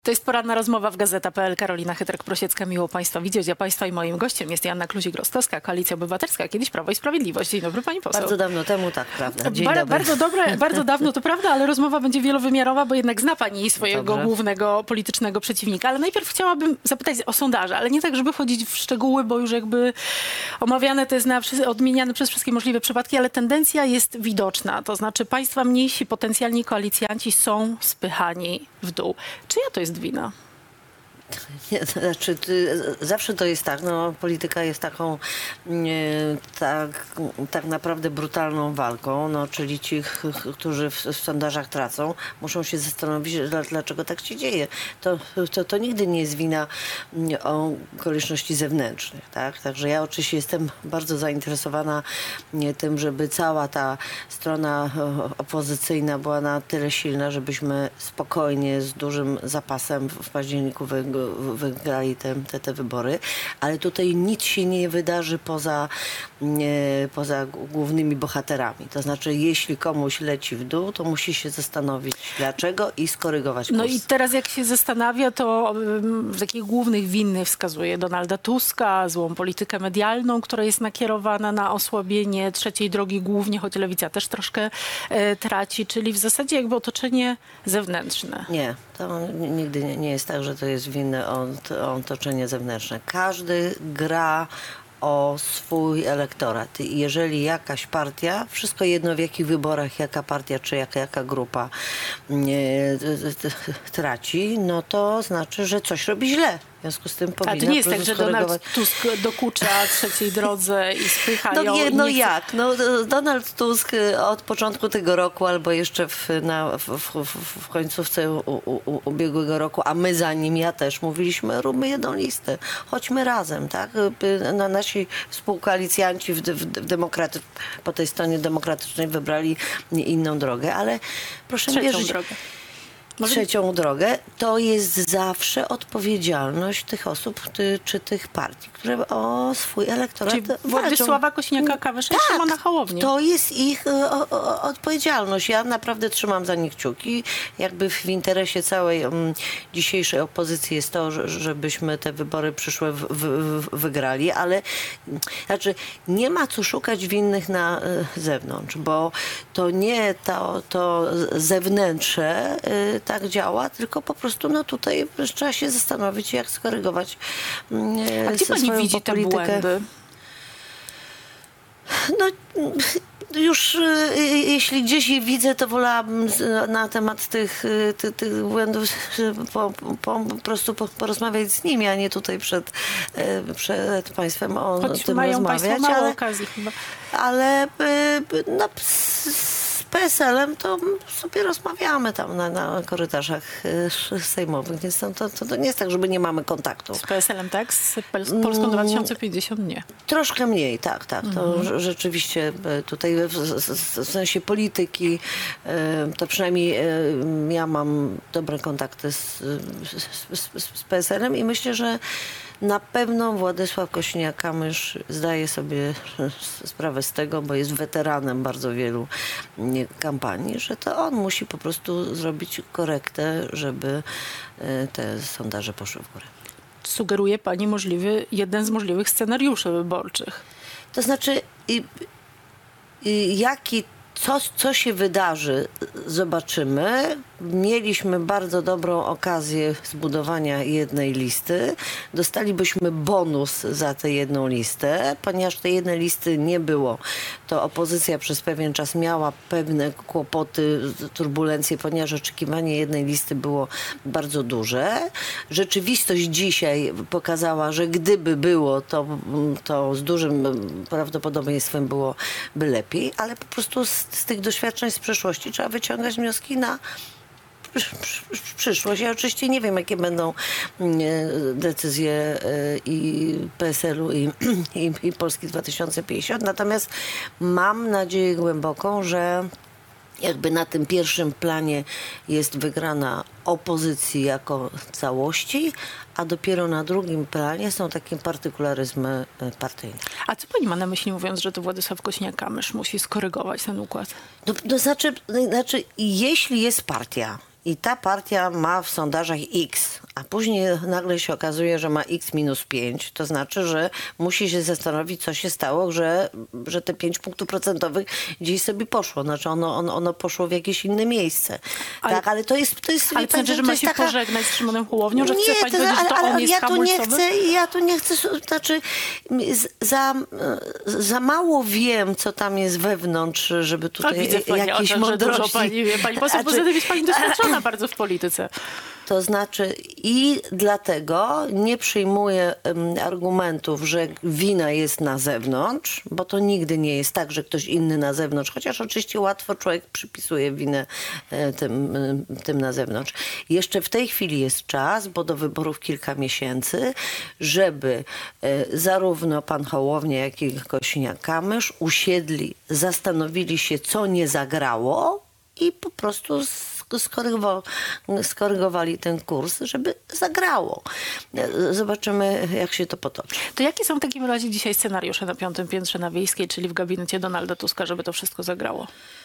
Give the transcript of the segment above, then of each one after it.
To jest poranna rozmowa w Gazeta.pl. Karolina Chytrek-Prosiecka, miło Państwa widzieć. Ja Państwa i moim gościem jest Joanna Kluzik-Rostowska, Koalicja Obywatelska, kiedyś Prawo i Sprawiedliwość. Dzień dobry, Pani poseł. Bardzo dawno temu, tak, prawda. Dzień dobry. Bardzo dawno, to prawda, ale rozmowa będzie wielowymiarowa, bo jednak zna Pani swojego głównego politycznego przeciwnika. Ale najpierw chciałabym zapytać o sondaże, ale nie tak, żeby wchodzić w szczegóły, bo już jakby omawiane to jest odmieniane przez wszystkie możliwe przypadki, ale tendencja jest widoczna. To znaczy Państwa mniejsi potencjalni koalicjanci są spychani w dół. Czyja to jest wina? Nie, to znaczy, zawsze to jest tak, no, polityka jest taką tak naprawdę brutalną walką, no, czyli ci, którzy w sondażach tracą, muszą się zastanowić, dlaczego tak się dzieje. To nigdy nie jest wina okoliczności zewnętrznych, tak? Także ja oczywiście jestem bardzo zainteresowana tym, żeby cała ta strona opozycyjna była na tyle silna, żebyśmy spokojnie, z dużym zapasem w październiku wygrali te wybory, ale tutaj nic się nie wydarzy poza głównymi bohaterami. To znaczy, jeśli komuś leci w dół, to musi się zastanowić dlaczego i skorygować kurs. No i teraz jak się zastanawia, to w takich głównych winnych wskazuje Donalda Tuska, złą politykę medialną, która jest nakierowana na osłabienie trzeciej drogi głównie, choć Lewica też troszkę traci, czyli w zasadzie jakby otoczenie zewnętrzne. Nie, to nigdy nie jest tak, że to jest winne otoczenie zewnętrzne. Każdy gra o swój elektorat. Jeżeli jakaś partia, wszystko jedno w jakich wyborach, jaka partia czy jaka grupa traci, no to znaczy, że coś robi źle. W związku z tym powinna. A to nie jest tak, że Donald Tusk dokucza trzeciej drodze i spycha ją. No jak? No, Donald Tusk od początku tego roku albo jeszcze w końcówce ubiegłego roku, a my za nim, ja też, mówiliśmy, róbmy jedną listę. Chodźmy razem, tak? Nasi współkoalicjanci po tej stronie demokratycznej wybrali inną drogę, ale proszę wierzyć, trzecią drogę, to jest zawsze odpowiedzialność tych osób czy tych partii, które o swój elektorat walczą. Władysława Kosiniaka-Kamysza i Szymona Hołowni. To jest ich odpowiedzialność. Ja naprawdę trzymam za nich kciuki. Jakby w interesie całej dzisiejszej opozycji jest to, żebyśmy te wybory przyszłe wygrali, ale znaczy nie ma co szukać winnych na zewnątrz, bo to nie to zewnętrzne tak działa, tylko po prostu no tutaj trzeba się zastanowić, jak skorygować A gdzie Pani widzi te błędy? No już jeśli gdzieś je widzę, to wolałabym na temat tych błędów po prostu porozmawiać z nimi, a nie tutaj przed Państwem tym mają rozmawiać. Państwo mało okazji chyba. Ale no, z PSL-em to sobie rozmawiamy tam na korytarzach sejmowych, więc to nie jest tak, żeby nie mamy kontaktu. Z PSL-em tak? Z Polską 2050 nie. Troszkę mniej, tak. To rzeczywiście tutaj w sensie polityki to przynajmniej ja mam dobre kontakty z PSL-em i myślę, że na pewno Władysław Kosiniak-Kamysz zdaje sobie sprawę z tego, bo jest weteranem bardzo wielu kampanii, że to on musi po prostu zrobić korektę, żeby te sondaże poszły w górę. Sugeruje Pani jeden z możliwych scenariuszy wyborczych. To znaczy, co się wydarzy, zobaczymy. Mieliśmy bardzo dobrą okazję zbudowania jednej listy. Dostalibyśmy bonus za tę jedną listę. Ponieważ tej jednej listy nie było, to opozycja przez pewien czas miała pewne kłopoty, turbulencje, ponieważ oczekiwanie jednej listy było bardzo duże. Rzeczywistość dzisiaj pokazała, że gdyby było, to z dużym prawdopodobieństwem byłoby lepiej, ale po prostu z tych doświadczeń z przeszłości trzeba wyciągać wnioski na przyszłość. Ja oczywiście nie wiem, jakie będą decyzje i PSL-u i Polski 2050, natomiast mam nadzieję głęboką, że jakby na tym pierwszym planie jest wygrana opozycji jako całości, a dopiero na drugim planie są takie partykularyzmy partyjne. A co Pani ma na myśli, mówiąc, że to Władysław Kosiniak-Kamysz musi skorygować ten układ? To znaczy, jeśli jest partia i ta partia ma w sondażach X, a później nagle się okazuje, że ma X minus 5, to znaczy, że musi się zastanowić, co się stało, że te 5 punktów procentowych gdzieś sobie poszło. Znaczy ono poszło w jakieś inne miejsce. Tak, ale to jest ale to znaczy, że ma się taka... pożegnać z Szymonem Hołownią, że chce pani powiedzieć, że to ale on jest hamulcowy? Ja tu nie chcę, znaczy za mało wiem, co tam jest wewnątrz, żeby tutaj widzę jakieś mądrości... Dużo pani wie. Pani poseł, poza tym jest pani doświadczona bardzo w polityce. To znaczy i dlatego nie przyjmuję argumentów, że wina jest na zewnątrz, bo to nigdy nie jest tak, że ktoś inny na zewnątrz, chociaż oczywiście łatwo człowiek przypisuje winę tym na zewnątrz. Jeszcze w tej chwili jest czas, bo do wyborów kilka miesięcy, żeby zarówno pan Hołownia, jak i Kosiniak-Kamysz usiedli, zastanowili się, co nie zagrało i po prostu skorygowali ten kurs, żeby zagrało. Zobaczymy, jak się to potoczy. To jakie są w takim razie dzisiaj scenariusze na 5. piętrze na Wiejskiej, czyli w gabinecie Donalda Tuska, żeby to wszystko zagrało?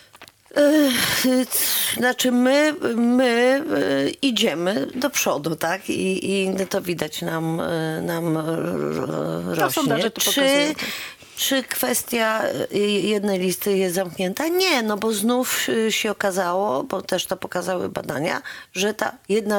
Znaczy my idziemy do przodu, tak? I to widać nam rośnie. Sondaże to pokazują. Czy kwestia jednej listy jest zamknięta? Nie, no bo znów się okazało, bo też to pokazały badania, że ta jedna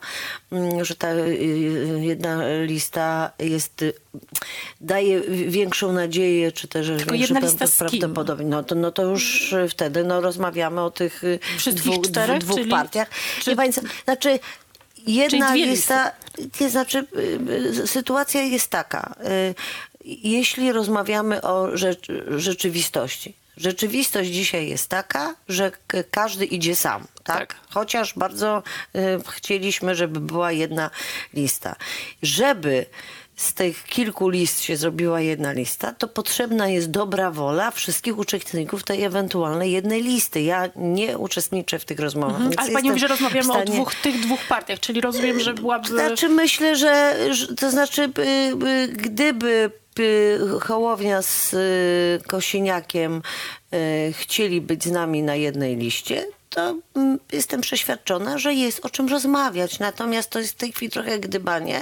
lista jest, daje większą nadzieję, czy też większe prawdopodobieństwo. No to już wtedy rozmawiamy o tych dwóch partiach. Znaczy jedna lista, znaczy sytuacja jest taka. Jeśli rozmawiamy o rzeczywistości. Rzeczywistość dzisiaj jest taka, że każdy idzie sam. Tak? Chociaż bardzo chcieliśmy, żeby była jedna lista. Żeby z tych kilku list się zrobiła jedna lista, to potrzebna jest dobra wola wszystkich uczestników tej ewentualnej jednej listy. Ja nie uczestniczę w tych rozmowach. Ale pani mówi, że rozmawiamy o tych dwóch partiach, czyli rozumiem, że byłaby... Znaczy myślę, że gdyby Hołownia z Kosiniakiem chcieli być z nami na jednej liście, to jestem przeświadczona, że jest o czym rozmawiać. Natomiast to jest w tej chwili trochę gdybanie.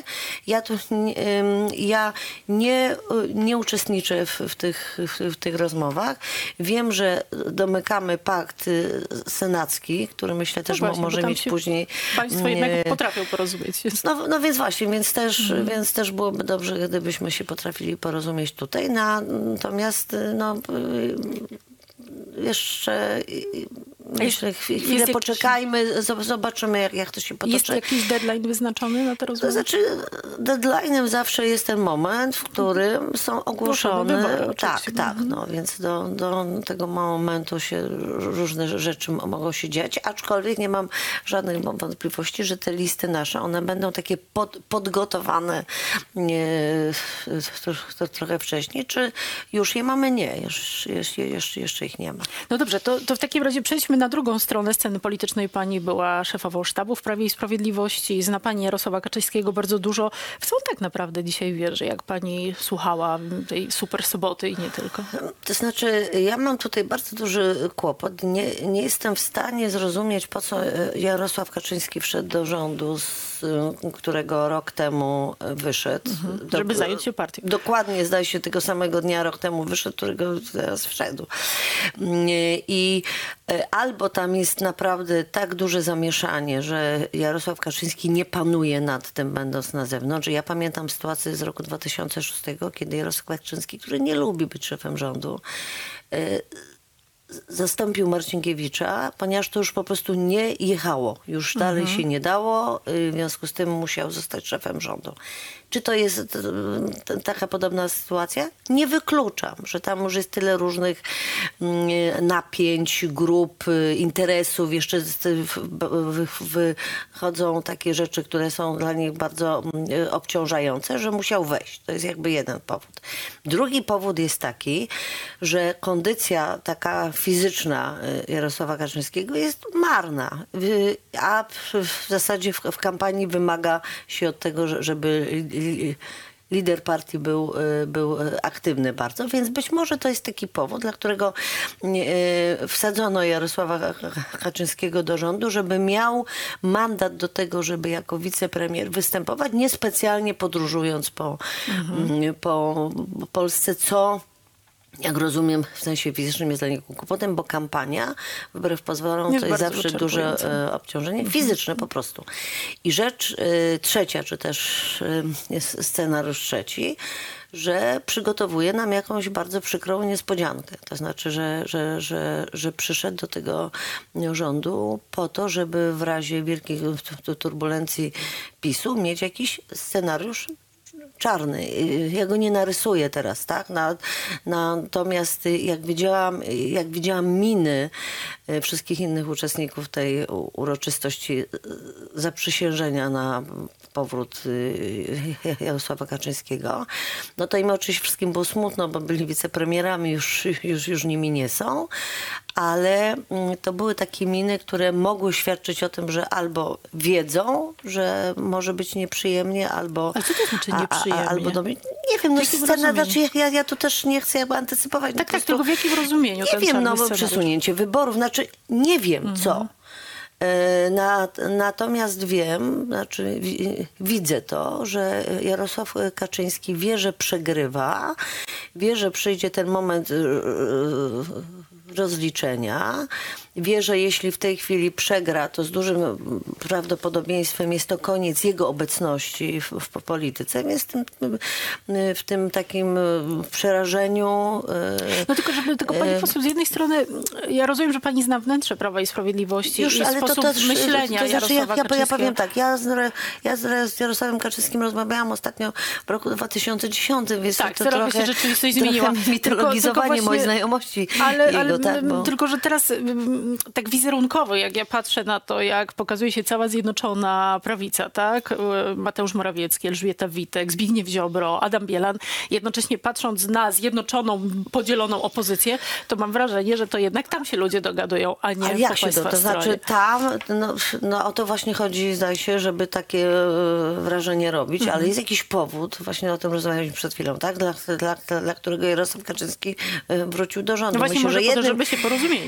Ja nie uczestniczę w tych rozmowach. Wiem, że domykamy pakt senacki, który myślę też może mieć później... Państwo jednak potrafią porozumieć. No więc właśnie, więc też byłoby dobrze, gdybyśmy się potrafili porozumieć tutaj. Natomiast jeszcze chwilę poczekajmy, zobaczymy, jak to się potoczy. Jest jakiś deadline wyznaczony na te rozmowy? To znaczy, deadline'em zawsze jest ten moment, w którym są ogłoszone... Tak. Więc do tego momentu się różne rzeczy mogą się dziać, aczkolwiek nie mam żadnych wątpliwości, że te listy nasze, one będą takie podgotowane trochę wcześniej. Czy już je mamy? Nie. Jeszcze ich nie ma. No dobrze, to w takim razie przejdźmy na drugą stronę sceny politycznej. Pani była szefową sztabu w Prawie i Sprawiedliwości. Zna pani Jarosława Kaczyńskiego bardzo dużo. W co on tak naprawdę dzisiaj wierzy, jak pani słuchała tej super soboty i nie tylko? To znaczy, ja mam tutaj bardzo duży kłopot. Nie jestem w stanie zrozumieć, po co Jarosław Kaczyński wszedł do rządu, z którego rok temu wyszedł. Żeby zająć się partią. Dokładnie, zdaje się, tego samego dnia rok temu wyszedł, którego teraz wszedł. I albo tam jest naprawdę tak duże zamieszanie, że Jarosław Kaczyński nie panuje nad tym, będąc na zewnątrz. Ja pamiętam sytuację z roku 2006, kiedy Jarosław Kaczyński, który nie lubi być szefem rządu, zastąpił Marcinkiewicza, ponieważ to już po prostu nie jechało. Już dalej się nie dało, w związku z tym musiał zostać szefem rządu. Czy to jest taka podobna sytuacja? Nie wykluczam, że tam już jest tyle różnych napięć, grup, interesów. Jeszcze wychodzą takie rzeczy, które są dla nich bardzo obciążające, że musiał wejść. To jest jakby jeden powód. Drugi powód jest taki, że kondycja taka fizyczna Jarosława Kaczyńskiego jest marna. A w zasadzie w kampanii wymaga się od tego, żeby lider partii był aktywny bardzo, więc być może to jest taki powód, dla którego wsadzono Jarosława Kaczyńskiego do rządu, żeby miał mandat do tego, żeby jako wicepremier występować, niespecjalnie podróżując po Polsce, co, jak rozumiem, w sensie fizycznym jest dla niego kłopotem, bo kampania, wbrew pozorom, to jest zawsze duże obciążenie fizyczne po prostu. I rzecz trzecia, czy też jest scenariusz trzeci, że przygotowuje nam jakąś bardzo przykrą niespodziankę. To znaczy, że przyszedł do tego rządu po to, żeby w razie wielkich turbulencji PiS-u mieć jakiś scenariusz czarny. Ja go nie narysuję teraz, tak? Natomiast jak widziałam miny wszystkich innych uczestników tej uroczystości zaprzysiężenia na powrót Jarosława Kaczyńskiego, no to im oczywiście wszystkim było smutno, bo byli wicepremierami, już nimi nie są, ale to były takie miny, które mogły świadczyć o tym, że albo wiedzą, że może być nieprzyjemnie, albo... Ale co to znaczy nieprzyjemnie? Nie wiem, no scena, znaczy ja tu też nie chcę jakby antycypować. Tak, tylko w jakim rozumieniu nie wiem, no bo przesunięcie wyborów, znaczy nie wiem co. Natomiast wiem, znaczy widzę to, że Jarosław Kaczyński wie, że przegrywa, wie, że przyjdzie ten moment rozliczenia, wie, że jeśli w tej chwili przegra, to z dużym prawdopodobieństwem jest to koniec jego obecności w polityce, więc w tym takim przerażeniu... No tylko, żeby tylko pani poseł, z jednej strony ja rozumiem, że pani zna wnętrze Prawa i Sprawiedliwości i sposób myślenia to znaczy, Jarosława Kaczyńskiego. Ja powiem tak, ja z Jarosławem Kaczyńskim rozmawiałam ostatnio w roku 2010, więc tak, to trochę się rzeczywistość zmieniła. Mitologizowanie mojej znajomości jego, tak, bo... Tylko, że teraz tak wizerunkowo, jak ja patrzę na to, jak pokazuje się cała Zjednoczona Prawica, tak? Mateusz Morawiecki, Elżbieta Witek, Zbigniew Ziobro, Adam Bielan, jednocześnie patrząc na zjednoczoną, podzieloną opozycję, to mam wrażenie, że to jednak tam się ludzie dogadują, a nie jak się to znaczy tam, no o to właśnie chodzi, zdaje się, żeby takie wrażenie robić, ale jest jakiś powód, właśnie o tym rozmawialiśmy przed chwilą, tak? Dla którego Jarosław Kaczyński wrócił do rządu. No właśnie, myślę, może po to, żeby się porozumieli.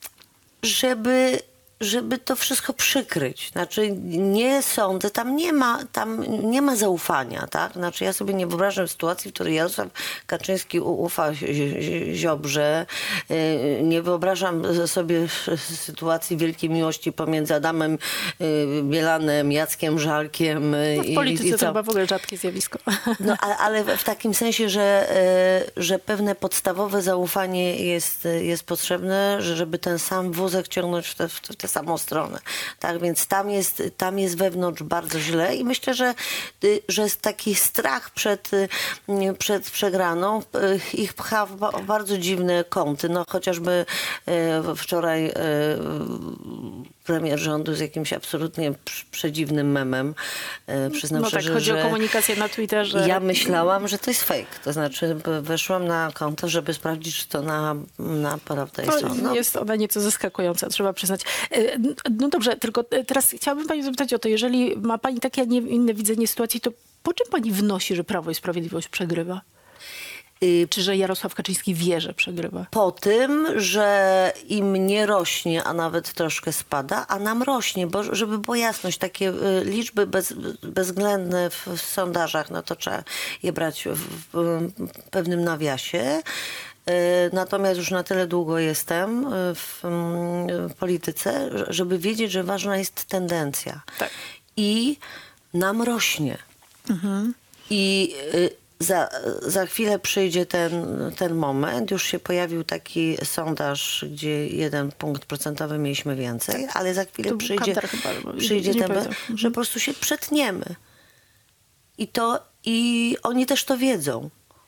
Żeby to wszystko przykryć. Znaczy nie sądzę, tam nie ma zaufania, tak? Znaczy ja sobie nie wyobrażam sytuacji, w której Jarosław Kaczyński ufa Ziobrze. Nie wyobrażam sobie sytuacji wielkiej miłości pomiędzy Adamem Bielanem, Jackiem Żalkiem. No w polityce to chyba w ogóle rzadkie zjawisko. No, ale w takim sensie, że pewne podstawowe zaufanie jest potrzebne, żeby ten sam wózek ciągnąć w tę samą stronę. Tak więc tam jest wewnątrz bardzo źle i myślę, że taki strach przed przegraną ich pcha w bardzo dziwne kąty. No chociażby wczoraj premier rządu z jakimś absolutnie przedziwnym memem. Przyznam no szczerze, tak, chodzi o komunikację na Twitterze. Ja myślałam, że to jest fake. To znaczy weszłam na konto, żeby sprawdzić, czy to naprawdę jest on. No. Jest ona nieco zaskakująca, trzeba przyznać. No dobrze, tylko teraz chciałabym pani zapytać o to, jeżeli ma pani takie, a nie inne widzenie sytuacji, to po czym pani wnosi, że Prawo i Sprawiedliwość przegrywa? Czy że Jarosław Kaczyński wie, że przegrywa? Po tym, że im nie rośnie, a nawet troszkę spada, a nam rośnie, bo żeby była jasność, takie liczby bezwzględne w sondażach, no to trzeba je brać w pewnym nawiasie. Natomiast już na tyle długo jestem w polityce, żeby wiedzieć, że ważna jest tendencja. Tak. I nam rośnie. Mhm. I za chwilę przyjdzie ten moment. Już się pojawił taki sondaż, gdzie 1 punkt procentowy mieliśmy więcej, tak. Ale za chwilę przyjdzie ten moment, że po prostu się przetniemy. I oni też to wiedzą.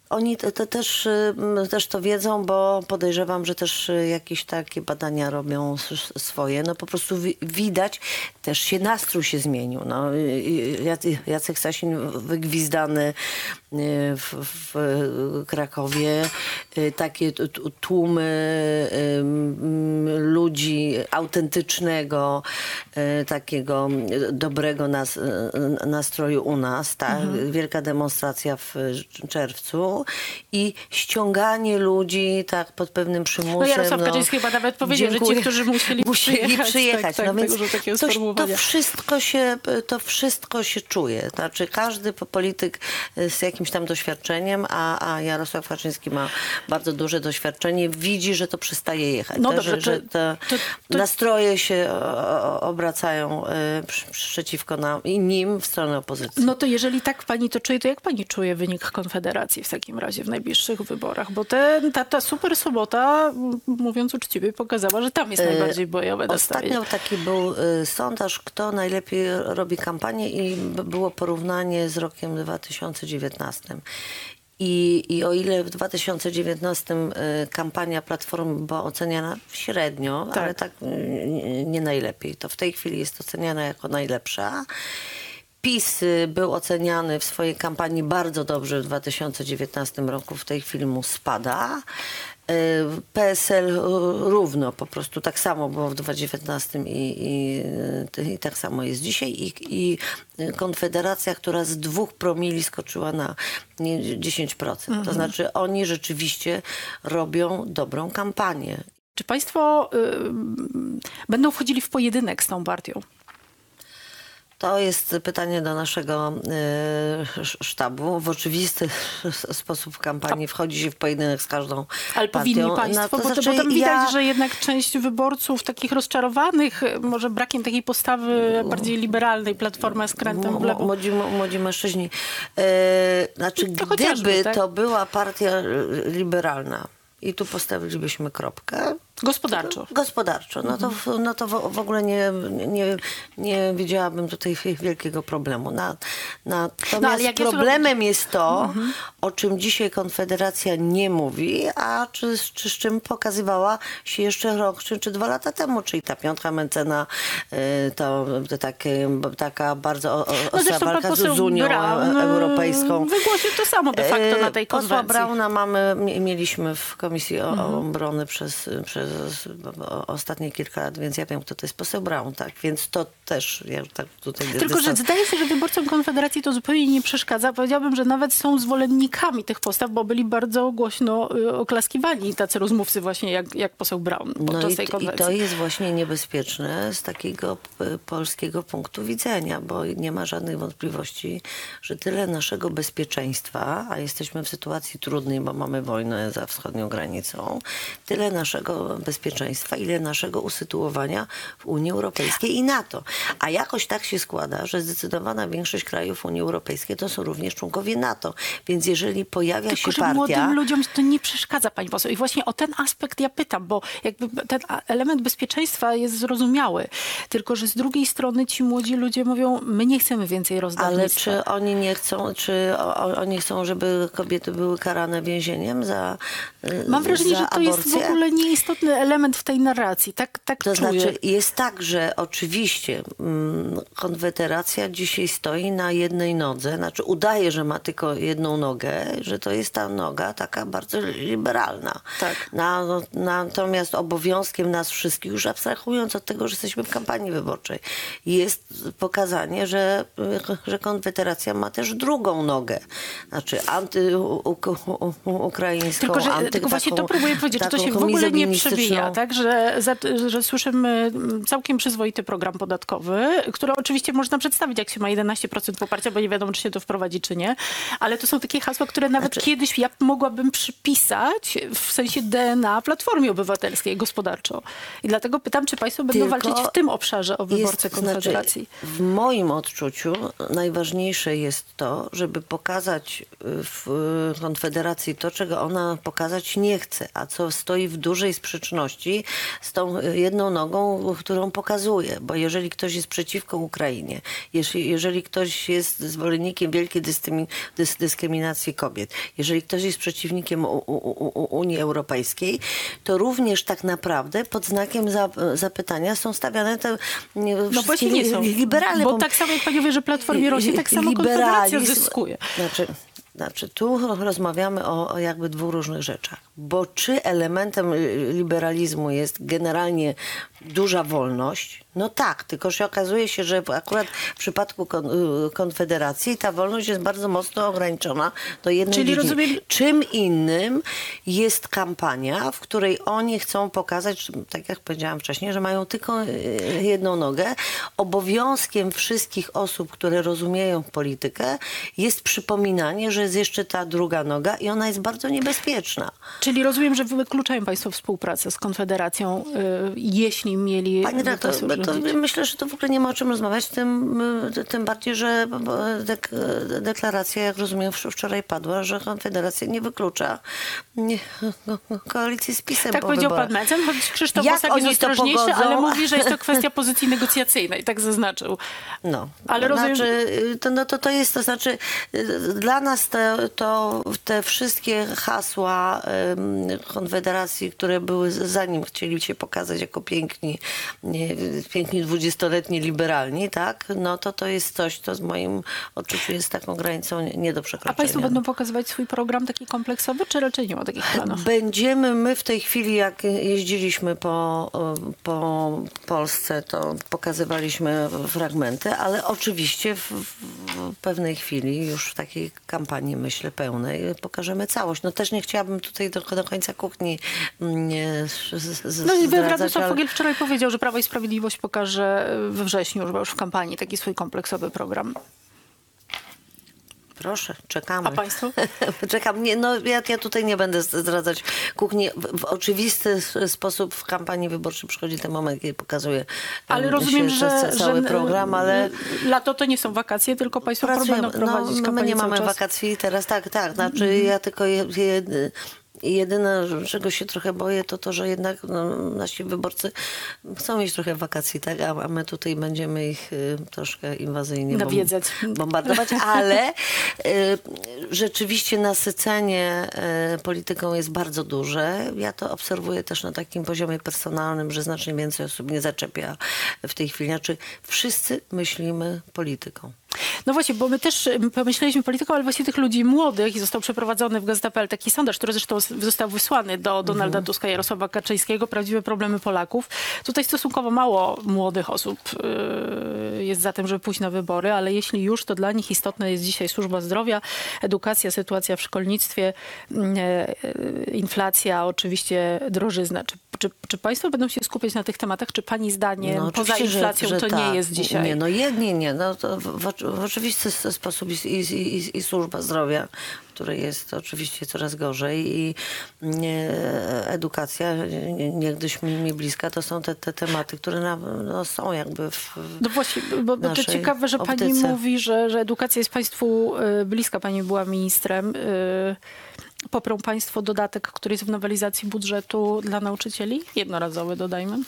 Oni też to wiedzą, bo podejrzewam, że też jakieś takie badania robią swoje. No po prostu widać, też się nastrój się zmienił. No, Jacek Sasin wygwizdany w Krakowie, takie tłumy ludzi autentycznego, takiego dobrego nastroju u nas. Ta wielka demonstracja w czerwcu i ściąganie ludzi tak pod pewnym przymusem. No Jarosław Kaczyński chyba nawet powiedział, że ci, którzy musieli przyjechać. Tak, no więc to wszystko się czuje. Znaczy każdy polityk z jakimś tam doświadczeniem, a Jarosław Kaczyński ma bardzo duże doświadczenie, widzi, że to przestaje jechać. No tak? dobrze, że te nastroje się obracają przeciwko nam i nim w stronę opozycji. No to jeżeli tak pani to czuje, to jak pani czuje wynik Konfederacji w takim razie w najbliższych wyborach? Bo ta super sobota, mówiąc uczciwie, pokazała, że tam jest najbardziej bojowe nastawienie. Ostatnio taki był sondaż, kto najlepiej robi kampanię i było porównanie z rokiem 2019. I o ile w 2019 kampania Platformy była oceniana średnio, ale tak nie najlepiej, to w tej chwili jest oceniana jako najlepsza. PiS był oceniany w swojej kampanii bardzo dobrze w 2019 roku, w tej chwili mu spada. PSL równo, po prostu tak samo było w 2019 i tak samo jest dzisiaj. I Konfederacja, która z 2 promili skoczyła na 10%. To znaczy oni rzeczywiście robią dobrą kampanię. Czy państwo będą wchodzili w pojedynek z tą partią? To jest pytanie do naszego sztabu. W oczywisty sposób w kampanii wchodzi się w pojedynek z każdą Ale partią. powinni państwo, bo tam widać, że jednak część wyborców takich rozczarowanych, może brakiem takiej postawy bardziej liberalnej, Platforma skrętem w lewo. Młodzi mężczyźni. Znaczy, chociażby, tak? to była partia liberalna i tu postawilibyśmy kropkę. Gospodarczo. No to w ogóle nie widziałabym tutaj wielkiego problemu. Natomiast problemem jest to, o czym dzisiaj Konfederacja nie mówi, a z czym pokazywała się jeszcze rok czy 2 lata temu, czyli ta piątka Mencena, to taka bardzo ostra walka z Unią Europejską. Wygłosił to samo de facto na tej konwencji. Posła Brauna mieliśmy w Komisji Obrony przez ostatnie kilka lat, więc ja wiem, kto to jest poseł Braun, tak? Więc to też ja tak tutaj... Tylko, że zdaje się, że wyborcom Konfederacji to zupełnie nie przeszkadza. Powiedziałabym, że nawet są zwolennikami tych postaw, bo byli bardzo głośno oklaskiwani tacy rozmówcy właśnie jak poseł Braun podczas tej konwencji. I to jest właśnie niebezpieczne z takiego polskiego punktu widzenia, bo nie ma żadnych wątpliwości, że tyle naszego bezpieczeństwa, a jesteśmy w sytuacji trudnej, bo mamy wojnę za wschodnią granicą, tyle naszego bezpieczeństwa, ile naszego usytuowania w Unii Europejskiej i NATO. A jakoś tak się składa, że zdecydowana większość krajów Unii Europejskiej to są również członkowie NATO. Więc jeżeli pojawia się partia... młodym ludziom to nie przeszkadza, pani poseł. I właśnie o ten aspekt ja pytam, bo jakby ten element bezpieczeństwa jest zrozumiały. Tylko, że z drugiej strony ci młodzi ludzie mówią, my nie chcemy więcej rozdawnictwa. Ale czy oni nie chcą, oni chcą, żeby kobiety były karane więzieniem za Mam wrażenie, że to aborcję? jest w ogóle nieistotny element w tej narracji. Tak to czuję. Znaczy jest tak, że oczywiście Konfederacja dzisiaj stoi na jednej nodze, znaczy udaje, że ma tylko jedną nogę, że to jest ta noga taka bardzo liberalna. Tak. Natomiast obowiązkiem nas wszystkich, już abstrahując od tego, że jesteśmy w kampanii wyborczej, jest pokazanie, że Konfederacja ma też drugą nogę. Znaczy antyukraińską, tylko właśnie to próbuję powiedzieć, że to się w ogóle nie przebija, tak? Że słyszymy całkiem przyzwoity program podatkowy, który oczywiście można przedstawić, jak się ma 11% poparcia, bo nie wiadomo, czy się to wprowadzi, czy nie. Ale to są takie hasła, które nawet kiedyś ja mogłabym przypisać w sensie DNA Platformie Obywatelskiej gospodarczo. I dlatego pytam, czy państwo będą walczyć w tym obszarze o wyborcę Konfederacji? W moim odczuciu najważniejsze jest to, żeby pokazać w Konfederacji to, czego ona pokazać nie chce, a co stoi w dużej sprzeczności z tą jedną nogą, którą pokazuje. Bo jeżeli ktoś jest przeciwko Ukrainie, jeżeli ktoś jest zwolennikiem wielkiej dyskryminacji kobiet. Jeżeli ktoś jest przeciwnikiem Unii Europejskiej, to również tak naprawdę pod znakiem zapytania są stawiane te wszystkie nie są. liberalne. Bo tak samo jak pani mówi, że Platformie rośnie, tak samo Konfederacja zyskuje. Znaczy, tu rozmawiamy o jakby dwóch różnych rzeczach. Bo czy elementem liberalizmu jest generalnie duża wolność? No tak, tylko że okazuje się, że akurat w przypadku Konfederacji ta wolność jest bardzo mocno ograniczona do jednej Czyli dziedziny. rozumiem... Czym innym jest kampania, w której oni chcą pokazać, tak jak powiedziałam wcześniej, że mają tylko jedną nogę. Obowiązkiem wszystkich osób, które rozumieją politykę, jest przypominanie, że jest jeszcze ta druga noga i ona jest bardzo niebezpieczna. Czyli rozumiem, że wykluczają państwo współpracę z Konfederacją, jeśli mieli... Pani redaktor, myślę, że to w ogóle nie ma o czym rozmawiać, tym bardziej, że deklaracja, jak rozumiem, wczoraj padła, że Konfederacja nie wyklucza koalicji z PiS-em. Tak powiedział pan Mencen, choć Krzysztof Bosak jest ostrożniejszy, ale mówi, że jest to kwestia pozycji negocjacyjnej, tak zaznaczył. No, ale rozumiem... to znaczy dla nas te wszystkie hasła Konfederacji, które były zanim chcieli się pokazać jako piękni 20-letni liberalni, tak? No to jest coś, co w moim odczuciu jest taką granicą nie do przekroczenia. A państwo będą pokazywać swój program taki kompleksowy, czy raczej nie ma takich planów? My w tej chwili, jak jeździliśmy po Polsce, to pokazywaliśmy fragmenty, ale oczywiście w pewnej chwili, już w takiej kampanii, myślę, pełnej, pokażemy całość. No też nie chciałabym tutaj do końca kuchni zdradzać. Radosław Fogiel wczoraj powiedział, że Prawo i Sprawiedliwość pokaże we wrześniu, już w kampanii, taki swój kompleksowy program. Proszę, czekamy. A państwo? Czekam. Ja tutaj nie będę zdradzać kuchni. W oczywisty sposób w kampanii wyborczej przychodzi ten moment, kiedy pokazuję rozumiem, że cały program, ale... Lato to nie są wakacje, tylko państwo będą prowadzić kampanię. My nie mamy wakacji teraz, tak. Znaczy ja tylko jedyne, czego się trochę boję, to że jednak nasi wyborcy chcą mieć trochę wakacji, tak? A my tutaj będziemy ich troszkę inwazyjnie nawiedzać, bombardować, ale rzeczywiście nasycenie polityką jest bardzo duże. Ja to obserwuję też na takim poziomie personalnym, że znacznie więcej osób nie zaczepia w tej chwili. Znaczy wszyscy myślimy polityką. No właśnie, bo my też pomyśleliśmy polityką, ale właśnie tych ludzi młodych i został przeprowadzony w Gazeta.pl taki sondaż, który zresztą został wysłany do Donalda Tuska i Jarosława Kaczyńskiego. Prawdziwe problemy Polaków. Tutaj stosunkowo mało młodych osób jest za tym, żeby pójść na wybory, ale jeśli już, to dla nich istotna jest dzisiaj służba zdrowia, edukacja, sytuacja w szkolnictwie, inflacja, oczywiście drożyzna. Czy państwo będą się skupiać na tych tematach? Czy pani zdaniem poza inflacją to tak. nie jest dzisiaj? Nie. No to w oczywisty sposób i służba zdrowia, której jest oczywiście coraz gorzej, i edukacja niegdyś mi bliska, to są te tematy, które są jakby No właśnie, bo to ciekawe, że pani mówi, że edukacja jest państwu bliska. Pani była ministrem. Poprą państwo dodatek, który jest w nowelizacji budżetu dla nauczycieli? Jednorazowy, dodajmy.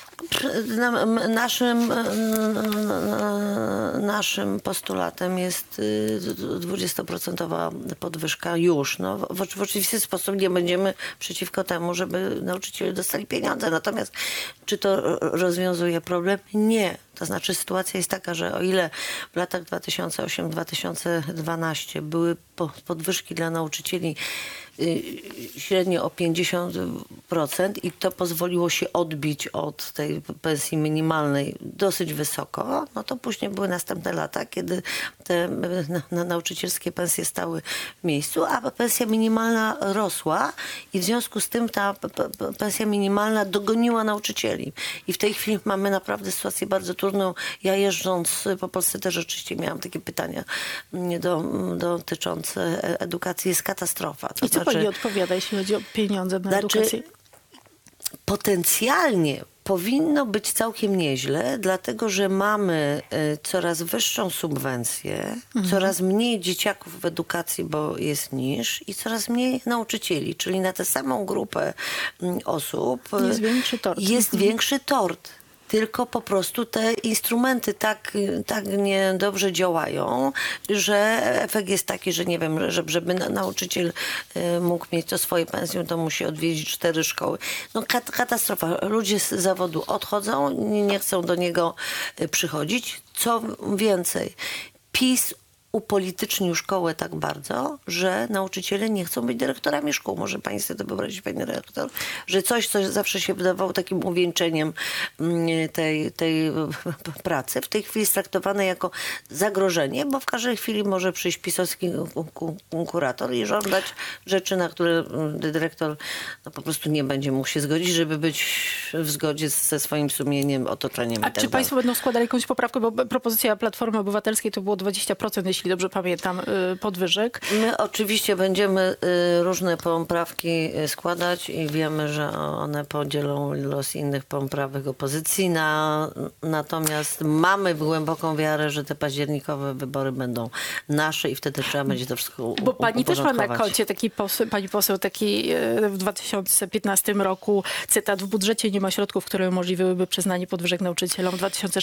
Naszym postulatem jest 20% podwyżka już. No, w oczywisty sposób nie będziemy przeciwko temu, żeby nauczyciele dostali pieniądze. Natomiast czy to rozwiązuje problem? Nie. To znaczy sytuacja jest taka, że o ile w latach 2008-2012 były podwyżki dla nauczycieli średnio o 50% i to pozwoliło się odbić od tej pensji minimalnej dosyć wysoko, no to później były następne lata, kiedy te nauczycielskie pensje stały w miejscu, a pensja minimalna rosła i w związku z tym ta pensja minimalna dogoniła nauczycieli. I w tej chwili mamy naprawdę sytuację bardzo trudną. Ja jeżdżąc po Polsce też oczywiście miałam takie pytania dotyczące edukacji. Jest katastrofa. I co pani odpowiada, jeśli chodzi o pieniądze na edukację? Potencjalnie powinno być całkiem nieźle, dlatego że mamy coraz wyższą subwencję, coraz mniej dzieciaków w edukacji, bo jest niż, i coraz mniej nauczycieli, czyli na tę samą grupę osób jest większy tort. Jest większy tort. tylko po prostu te instrumenty tak niedobrze działają, że efekt jest taki, że nie wiem, żeby nauczyciel mógł mieć to swoje pensjum, to musi odwiedzić 4 szkoły. No katastrofa. Ludzie z zawodu odchodzą, nie chcą do niego przychodzić. Co więcej, PiS upolitycznił szkołę tak bardzo, że nauczyciele nie chcą być dyrektorami szkół. Może pani sobie to wyobrazić, pani dyrektor? Że coś, co zawsze się wydawało takim uwieńczeniem tej pracy, w tej chwili jest traktowane jako zagrożenie, bo w każdej chwili może przyjść pisowski kurator i żądać rzeczy, na które dyrektor po prostu nie będzie mógł się zgodzić, żeby być w zgodzie ze swoim sumieniem, otoczeniem. A czy państwo będą składali jakąś poprawkę, bo propozycja Platformy Obywatelskiej to było 20%, jeśli dobrze pamiętam, podwyżek. My oczywiście będziemy różne poprawki składać i wiemy, że one podzielą los innych poprawek opozycji. Natomiast mamy głęboką wiarę, że te październikowe wybory będą nasze i wtedy trzeba będzie to wszystko Bo pani też ma na koncie pani poseł taki w 2015 roku cytat: w budżecie nie ma środków, które umożliwiłyby przyznanie podwyżek nauczycielom. W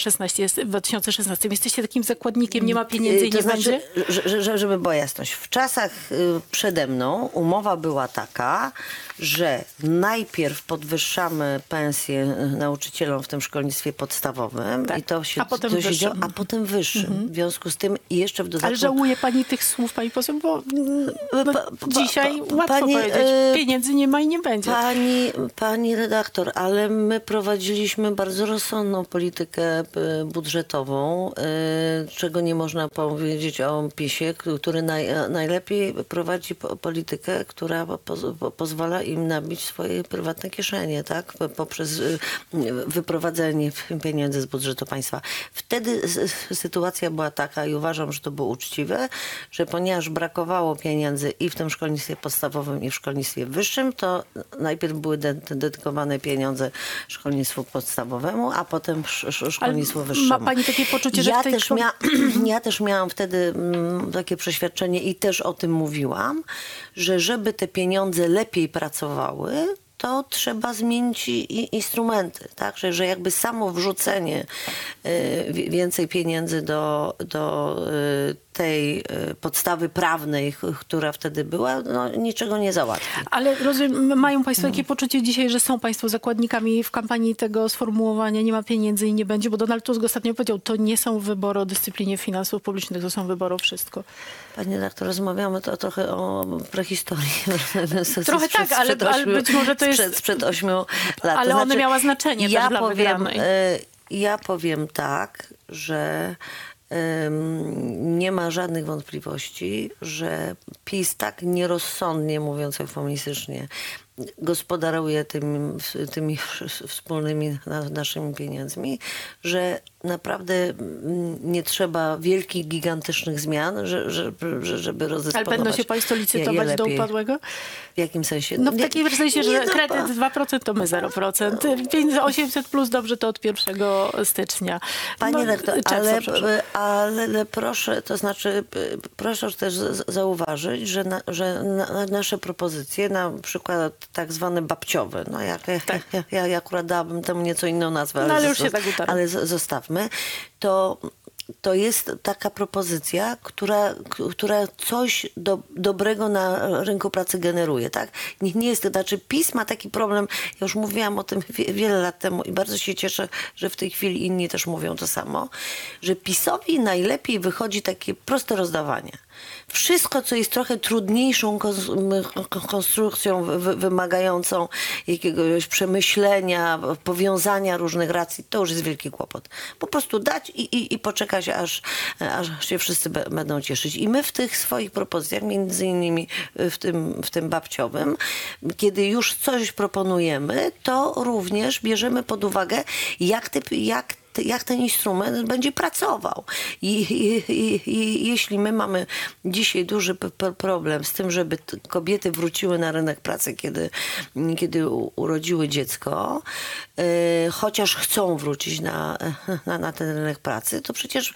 2016 jesteście takim zakładnikiem, nie ma pieniędzy i nie będzie? Żeby była jasność. W czasach przede mną umowa była taka, że najpierw podwyższamy pensję nauczycielom w tym szkolnictwie podstawowym tak. I to się, a potem wyższym. A potem wyższym. W związku z tym i jeszcze w dodatku... Ale żałuje pani tych słów, pani poseł, bo dzisiaj łatwo powiedzieć, pieniędzy nie ma i nie będzie. Pani redaktor, ale my prowadziliśmy bardzo rozsądną politykę budżetową, czego nie można powiedzieć o PiS-ie, który najlepiej prowadzi politykę, która pozwala im nabić swoje prywatne kieszenie, tak? Poprzez wyprowadzenie pieniędzy z budżetu państwa. Wtedy sytuacja była taka i uważam, że to było uczciwe, że ponieważ brakowało pieniędzy i w tym szkolnictwie podstawowym i w szkolnictwie wyższym, to najpierw były dedykowane pieniądze szkolnictwu podstawowemu, a potem szkolnictwu wyższemu. Ma pani takie poczucie, że ja też miałam wtedy takie przeświadczenie i też o tym mówiłam, że żeby te pieniądze lepiej pracowały, to trzeba zmienić instrumenty, tak? Że jakby samo wrzucenie więcej pieniędzy do tej podstawy prawnej, która wtedy była, no, niczego nie załatwi. Ale rozumiem, mają państwo takie poczucie dzisiaj, że są państwo zakładnikami w kampanii tego sformułowania nie ma pieniędzy i nie będzie, bo Donald Tusk ostatnio powiedział, to nie są wybory o dyscyplinie finansów publicznych, to są wybory o wszystko. Panie redaktor, rozmawiamy to trochę o prehistorii. Trochę tak, ale być może to jest... Sprzed 8 lat. Ale ona miała znaczenie też dla wygranej. Ja powiem tak, że nie ma żadnych wątpliwości, że PiS tak nierozsądnie, mówiąc eufemistycznie, gospodaruje tymi wspólnymi naszymi pieniędzmi, że naprawdę nie trzeba wielkich, gigantycznych zmian, żeby rozdysponować. Ale będą się państwo licytować do upadłego? W jakim sensie? No w takim sensie, że kredyt 2% to my 0%. 800 plus dobrze to od 1 stycznia. Panie rektor, ale proszę, to znaczy proszę też zauważyć, że nasze propozycje, na przykład tak zwane babciowe, no ja akurat dałabym temu nieco inną nazwę, ale zostawmy, to jest taka propozycja, która coś dobrego na rynku pracy generuje, tak? Nie jest, znaczy PiS ma taki problem, ja już mówiłam o tym wiele lat temu i bardzo się cieszę, że w tej chwili inni też mówią to samo, że PiS-owi najlepiej wychodzi takie proste rozdawanie. Wszystko, co jest trochę trudniejszą konstrukcją, wymagającą jakiegoś przemyślenia, powiązania różnych racji, to już jest wielki kłopot. Po prostu dać i poczekać, aż się wszyscy będą cieszyć. I my w tych swoich propozycjach, między innymi w tym babciowym, kiedy już coś proponujemy, to również bierzemy pod uwagę, jak jak ten instrument będzie pracował. I jeśli my mamy dzisiaj duży problem z tym, żeby kobiety wróciły na rynek pracy, kiedy urodziły dziecko, chociaż chcą wrócić na ten rynek pracy, to przecież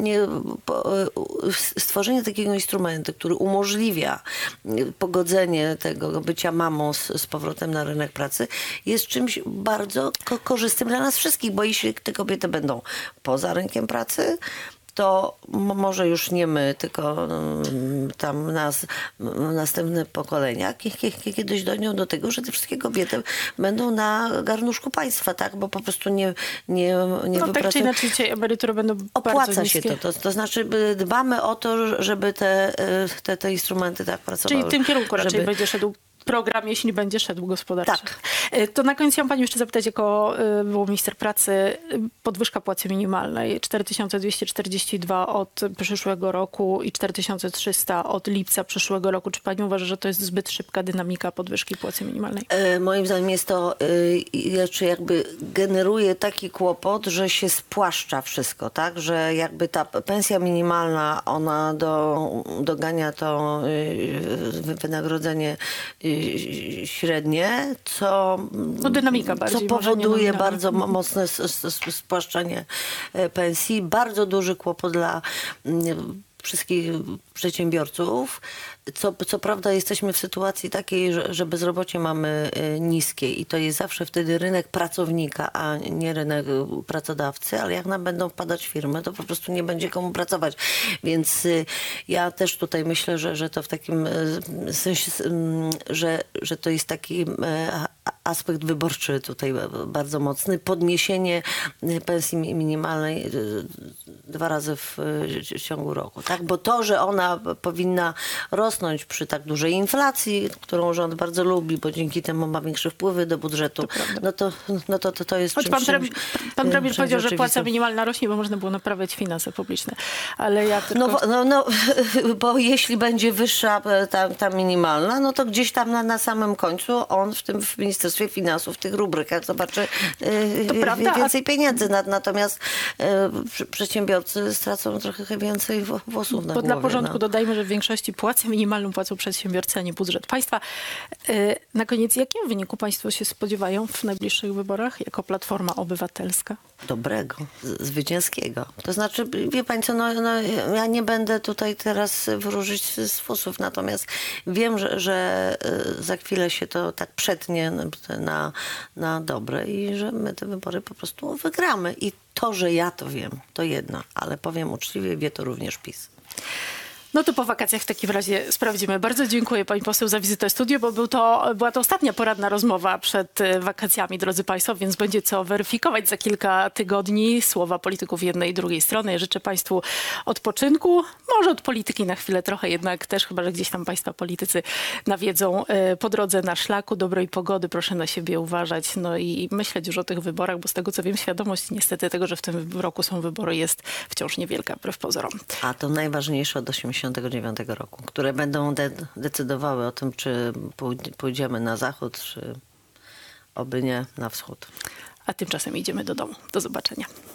stworzenie takiego instrumentu, który umożliwia pogodzenie tego bycia mamą z powrotem na rynek pracy, jest czymś bardzo korzystnym dla nas wszystkich, bo jeśli te kobiety będą poza rynkiem pracy, to może już nie my, tylko tam następne pokolenia kiedyś dojdą do tego, że te wszystkie kobiety będą na garnuszku państwa, tak? Bo po prostu nie no tak czy inaczej dzisiaj emerytury będą opłaca bardzo się niskie. to znaczy dbamy o to, żeby te instrumenty tak pracowały. Czyli w tym kierunku raczej będzie szedł program, jeśli będzie szedł gospodarczy. Tak. To na koniec chciałam Pani jeszcze zapytać, jako był minister pracy, podwyżka płacy minimalnej 4242 od przyszłego roku i 4300 od lipca przyszłego roku. Czy Pani uważa, że to jest zbyt szybka dynamika podwyżki płacy minimalnej? Moim zdaniem jest to, jakby generuje taki kłopot, że się spłaszcza wszystko, tak? Że jakby ta pensja minimalna, ona dogania to wynagrodzenie średnie, co powoduje bardzo mocne spłaszczanie pensji. Bardzo duży kłopot dla wszystkich przedsiębiorców. Co prawda jesteśmy w sytuacji takiej, że bezrobocie mamy niskie i to jest zawsze wtedy rynek pracownika, a nie rynek pracodawcy, ale jak nam będą wpadać firmy, to po prostu nie będzie komu pracować. Więc ja też tutaj myślę, że to w takim sensie, że to jest taki aspekt wyborczy tutaj bardzo mocny. Podniesienie pensji minimalnej 2 razy w ciągu roku. Tak? Bo to, że ona powinna rosnąć przy tak dużej inflacji, którą rząd bardzo lubi, bo dzięki temu ma większe wpływy do budżetu, to jest Choć pan premier powiedział, że płaca minimalna rośnie, bo można było naprawiać finanse publiczne. Ale ja tylko... bo jeśli będzie wyższa ta minimalna, no to gdzieś tam na samym końcu on w Ministerstwie Finansów, w tych rubrykach zobaczy więcej pieniędzy. Natomiast przedsiębiorcy stracą trochę więcej włosów na głowie. Dla porządku dodajmy, że w większości płacę minimalną płacą przedsiębiorcy, a nie budżet państwa. Na koniec, jakiego wyniku państwo się spodziewają w najbliższych wyborach jako Platforma Obywatelska? Dobrego, zwycięskiego. To znaczy, wie pani co, ja nie będę tutaj teraz wróżyć z fusów, natomiast wiem, że za chwilę się to tak przetnie na dobre i że my te wybory po prostu wygramy. I to, że ja to wiem, to jedno, ale powiem uczciwie, wie to również PiS. No to po wakacjach w takim razie sprawdzimy. Bardzo dziękuję pani poseł za wizytę w studiu, bo była to ostatnia poradna rozmowa przed wakacjami, drodzy państwo, więc będzie co weryfikować za kilka tygodni. Słowa polityków jednej i drugiej strony. Ja życzę państwu odpoczynku, może od polityki na chwilę trochę jednak też, chyba że gdzieś tam państwa politycy nawiedzą po drodze na szlaku. Dobrej pogody, proszę na siebie uważać, no i myśleć już o tych wyborach, bo z tego co wiem, świadomość niestety tego, że w tym roku są wybory, jest wciąż niewielka, wbrew pozorom. A to najważniejsze od 1989 roku, które będą decydowały o tym, czy pójdziemy na zachód, czy oby nie na wschód. A tymczasem idziemy do domu. Do zobaczenia.